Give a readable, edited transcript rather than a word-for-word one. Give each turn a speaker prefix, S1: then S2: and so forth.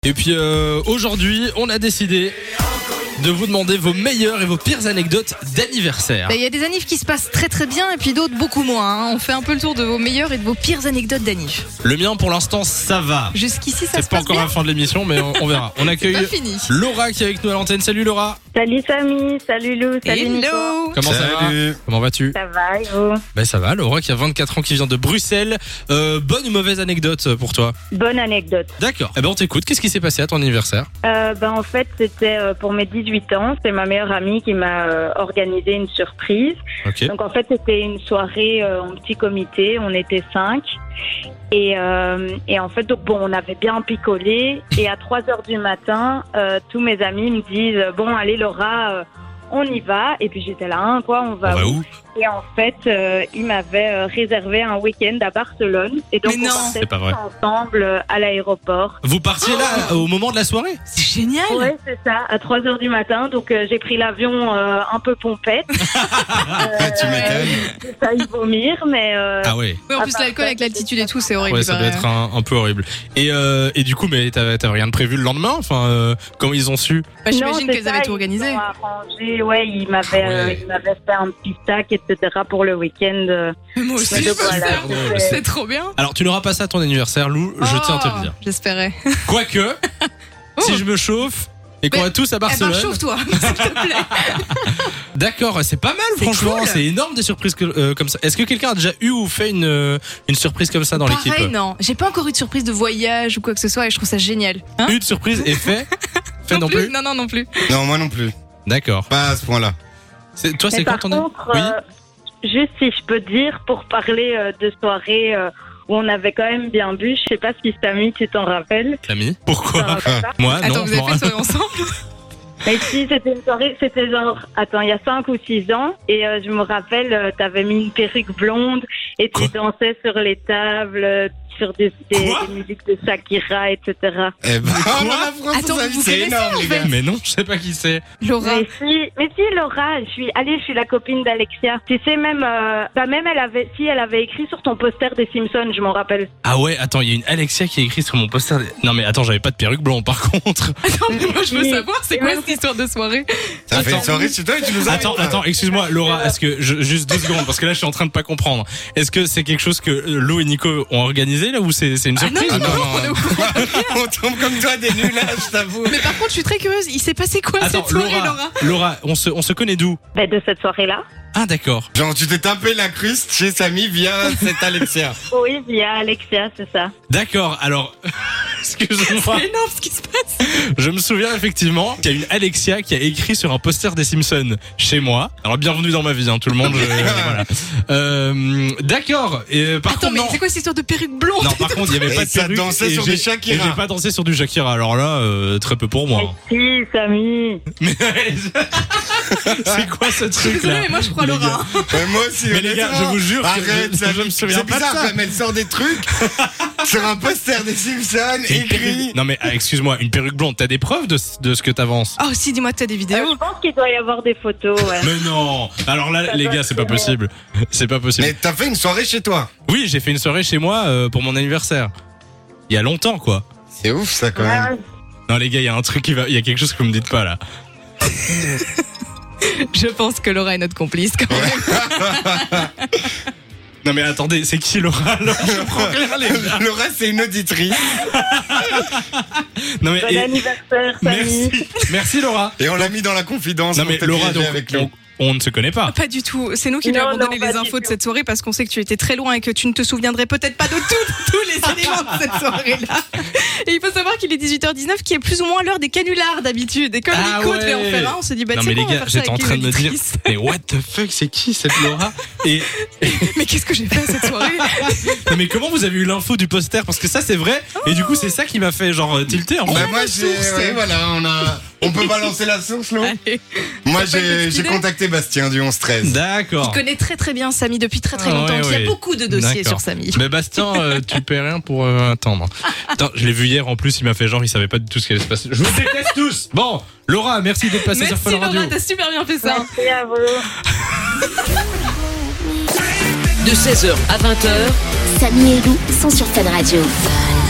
S1: Et puis aujourd'hui, on a décidé de vous demander vos meilleures et vos pires anecdotes d'anniversaire.
S2: Il y a des annives qui se passent très très bien et puis d'autres beaucoup moins. On fait un peu le tour de vos meilleures et de vos pires anecdotes d'annives.
S1: Le mien pour l'instant ça va.
S2: Jusqu'ici ça se
S1: C'est pas
S2: passe
S1: encore
S2: bien.
S1: la fin de l'émission mais on verra. On accueille
S2: C'est pas fini.
S1: Laura qui est avec nous à l'antenne. Salut Laura.
S3: Salut Samy, salut Lou, salut Nico.
S2: Hello.
S1: Comment ça va? Comment vas-tu?
S3: Ça va et vous?
S1: Ben ça va, Laura qui a 24 ans qui vient de Bruxelles. Bonne ou mauvaise anecdote pour toi?
S3: Bonne anecdote.
S1: D'accord. Eh ben on t'écoute. Qu'est-ce qui s'est passé à ton anniversaire?
S3: En fait, c'était pour mes 18 ans. C'est ma meilleure amie qui m'a organisé une surprise.
S1: Ok.
S3: Donc en fait, c'était une soirée en petit comité. On était 5. Et en fait, donc, bon, on avait bien picolé. Et à 3h du matin, tous mes amis me disent « Bon, allez Laura, on y va ». Et puis j'étais là, hein, quoi, on va où? Et en fait, ils m'avaient réservé un week-end à Barcelone. Et donc,
S2: Mais non.
S3: on partait
S1: C'est pas vrai.
S3: tous ensemble à l'aéroport.
S1: Vous partiez là au moment de la soirée?
S2: C'est génial.
S3: Ouais, c'est ça, à 3h du matin. Donc, j'ai pris l'avion un peu pompette.
S4: Tu m'étonnes.
S3: J'ai failli vomir, mais...
S1: Ah ouais.
S2: Ouais, en plus l'alcool avec l'altitude et tout, c'est horrible.
S1: Ouais, ça doit être un peu horrible. Et du coup, mais t'avais rien de prévu le lendemain? Enfin, comment ils ont su?
S2: Bah, j'imagine
S3: Non, c'est
S2: qu'elles avaient
S3: ça,
S2: tout organisé.
S3: Ils ont arrangé, ouais, ils m'avaient fait un petit sac, etc. pour le week-end.
S2: Moi aussi,
S3: Mais
S2: je
S3: donc,
S2: peux le
S3: voilà,
S2: faire.
S3: c'était-
S2: C'est trop bien.
S1: Alors, tu n'auras pas ça à ton anniversaire, Lou, je tiens à te le dire.
S2: J'espérais.
S1: Quoique, si je me chauffe et qu'on
S2: Mais-
S1: va tous à
S2: Eh ben,
S1: Barcelone.
S2: chauffe-toi, s'il te plaît.
S1: D'accord, c'est pas mal,
S2: C'est
S1: franchement.
S2: cool.
S1: C'est énorme des surprises comme ça. Est-ce que quelqu'un a déjà eu ou fait une surprise comme ça dans l'équipe?
S2: Pareil, non. J'ai pas encore eu de surprise de voyage ou quoi que ce soit et je trouve ça génial. Hein?
S1: Une surprise et fait non plus?
S2: Non, non plus.
S4: Non, moi non plus.
S1: D'accord.
S4: Pas à ce point-là.
S1: Toi,
S3: Mais
S1: c'est
S3: par
S1: quand ton
S3: contre,
S1: Oui.
S3: juste si je peux dire, pour parler de soirée où on avait quand même bien bu, je sais pas si Samy, tu t'en rappelles.
S1: Camille. Pourquoi?
S3: T'en rappelles pas
S1: Moi,
S2: Attends,
S1: non.
S2: vous avez
S1: non.
S2: fait une soirée ensemble?
S3: Mais si, c'était une soirée, c'était genre, attends, il y a 5 ou 6 ans, et je me rappelle, t'avais mis une perruque blonde, et tu
S1: Quoi
S3: dansais sur les tables, sur des
S1: Quoi
S3: musiques de Shakira, etc.
S4: Eh ben,
S1: quoi
S4: oh, la France,
S2: Attends,
S4: ça,
S2: vous
S4: c'est
S2: connaissez,
S4: énorme,
S2: en
S4: les
S2: fait
S4: gars.
S1: Mais non, je sais pas qui c'est.
S2: Laura.
S3: Mais si, Laura, je suis la copine d'Alexia. Tu sais, même elle avait écrit sur ton poster des Simpsons, je m'en rappelle.
S1: Ah ouais, attends, il y a une Alexia qui a écrit sur mon poster. Non mais attends, j'avais pas de perruque blonde par contre.
S2: Attends, mais moi je veux
S3: Oui.
S2: savoir, c'est quoi cette histoire de soirée?
S4: T'as fait une
S1: Attends.
S4: soirée chez toi et tu nous as.
S1: Attends, excuse-moi, Laura, est-ce que juste 2 secondes parce que là je suis en train de pas comprendre. Est-ce que c'est quelque chose que Lou et Nico ont organisé là ou c'est une
S2: Ah non,
S1: surprise?
S2: non, non, on est au courant.
S4: On tombe comme toi des nuls là, je t'avoue.
S2: Mais par contre, je suis très curieuse, il s'est passé quoi
S1: Attends,
S2: cette soirée, Laura?
S1: Laura, on se connaît d'où?
S3: Ben, de cette soirée-là.
S1: Ah d'accord.
S4: Genre, tu t'es tapé la cruste chez Samy via cette Alexia.
S3: Oui, via Alexia, c'est ça.
S1: D'accord, alors excuse-moi.
S2: C'est énorme ce qui se passe.
S1: Je me souviens effectivement qu'il y a une Alexia qui a écrit sur un poster des Simpsons chez moi. Alors bienvenue dans ma vie, hein, tout le monde. Voilà. D'accord. Et par
S2: Attends,
S1: contre,
S2: mais
S1: non.
S2: c'est quoi cette histoire de perruque blonde?
S1: Non, par contre, il y avait
S4: Et
S1: pas de
S4: ça
S1: perruque.
S4: dansait
S1: et
S4: sur
S1: j'ai-
S4: du Shakira.
S1: Et j'ai pas dansé sur du Shakira. Alors là, très peu pour moi.
S3: Si, Samy.
S1: Mais c'est quoi ce truc
S2: Désolée,
S1: là?
S2: mais moi je crois
S1: Les
S2: Laura.
S4: Ouais, moi aussi.
S1: Mais les gars,
S4: honnêtement.
S1: je vous jure que
S4: Arrête,
S1: je me souviens
S4: c'est
S1: pas de
S4: bizarre
S1: ça.
S4: quand même, elle sort des trucs sur un poster des Simpsons
S1: C'est une
S4: écrit.
S1: perruque- Non mais excuse-moi, une perruque blonde. T'as des preuves de ce que t'avances?
S2: Oh, si, dis-moi que t'as des vidéos.
S3: Je pense qu'il doit y avoir des photos, ouais.
S1: Mais non. Alors là,
S3: Ça
S1: les
S3: doit
S1: gars, c'est pas
S3: être-
S1: possible. C'est pas possible.
S4: Mais t'as fait une soirée chez toi.
S1: Oui, j'ai fait une soirée chez moi pour mon anniversaire. Il y a longtemps, quoi.
S4: C'est ouf ça quand
S3: Ouais,
S4: même.
S3: ouais.
S1: Non les gars, il y a un truc il y a quelque chose que vous me dites pas là.
S2: Je pense que Laura est notre complice quand même.
S1: Non mais attendez, c'est qui Laura? Alors, je comprends rien, les gars.
S4: Laura, c'est une auditrice.
S1: Non mais
S3: Bon anniversaire, Samy.
S1: merci Laura.
S4: Et on l'a mis dans la confidence.
S1: Non
S4: pour
S1: mais
S4: te
S1: Laura,
S4: piéger
S1: donc,
S4: avec lui.
S1: on ne se connaît pas.
S2: Pas du tout. C'est nous qui lui
S3: Non,
S2: avons
S3: non,
S2: donné
S3: pas
S2: les
S3: du
S2: infos de
S3: tout.
S2: cette soirée parce qu'on sait que tu étais très loin et que tu ne te souviendrais peut-être pas de tous les éléments de cette soirée-là. Et il faut savoir qu'il est 18h19, qui est plus ou moins l'heure des canulars d'habitude. Et comme
S1: Ah
S2: Nico
S1: ouais.
S2: devait en faire un, on s'est dit, bah,
S1: Non
S2: tu sais
S1: mais les
S2: quoi, on va
S1: gars,
S2: faire ça
S1: j'étais en
S2: avec
S1: train de
S2: une
S1: me dire,
S2: auditrice.
S1: mais what the fuck, c'est qui cette Laura? Et
S2: Mais qu'est-ce que j'ai fait à cette soirée?
S1: non, mais comment vous avez eu l'info du poster? Parce que ça c'est vrai. Et du coup c'est ça qui m'a fait genre tilter en fait.
S4: Bah, moi,
S2: la
S4: j'ai.
S2: source.
S4: Ouais, voilà, on peut balancer la source, Lo.
S2: Allez.
S4: Moi,
S2: T'as pas une
S4: j'ai
S2: petite idée
S4: contacté Bastien du 11-13.
S1: D'accord.
S2: Il connaît très très bien Samy depuis très très
S1: Ah,
S2: longtemps.
S1: ouais,
S2: Il y
S1: ouais.
S2: a beaucoup de dossiers
S1: D'accord.
S2: sur Samy.
S1: Mais Bastien, tu paies rien pour attendre. Attends, je l'ai vu hier en plus, il m'a fait genre, il savait pas du tout ce qui allait se passer. Je vous déteste tous. Bon, Laura, merci d'être passée sur
S2: Merci
S1: Fun Radio.
S2: Laura, t'as super bien fait ça.
S3: Merci à vous.
S5: De 16h à 20h,
S6: Samy et Lou sont sur Fun Radio.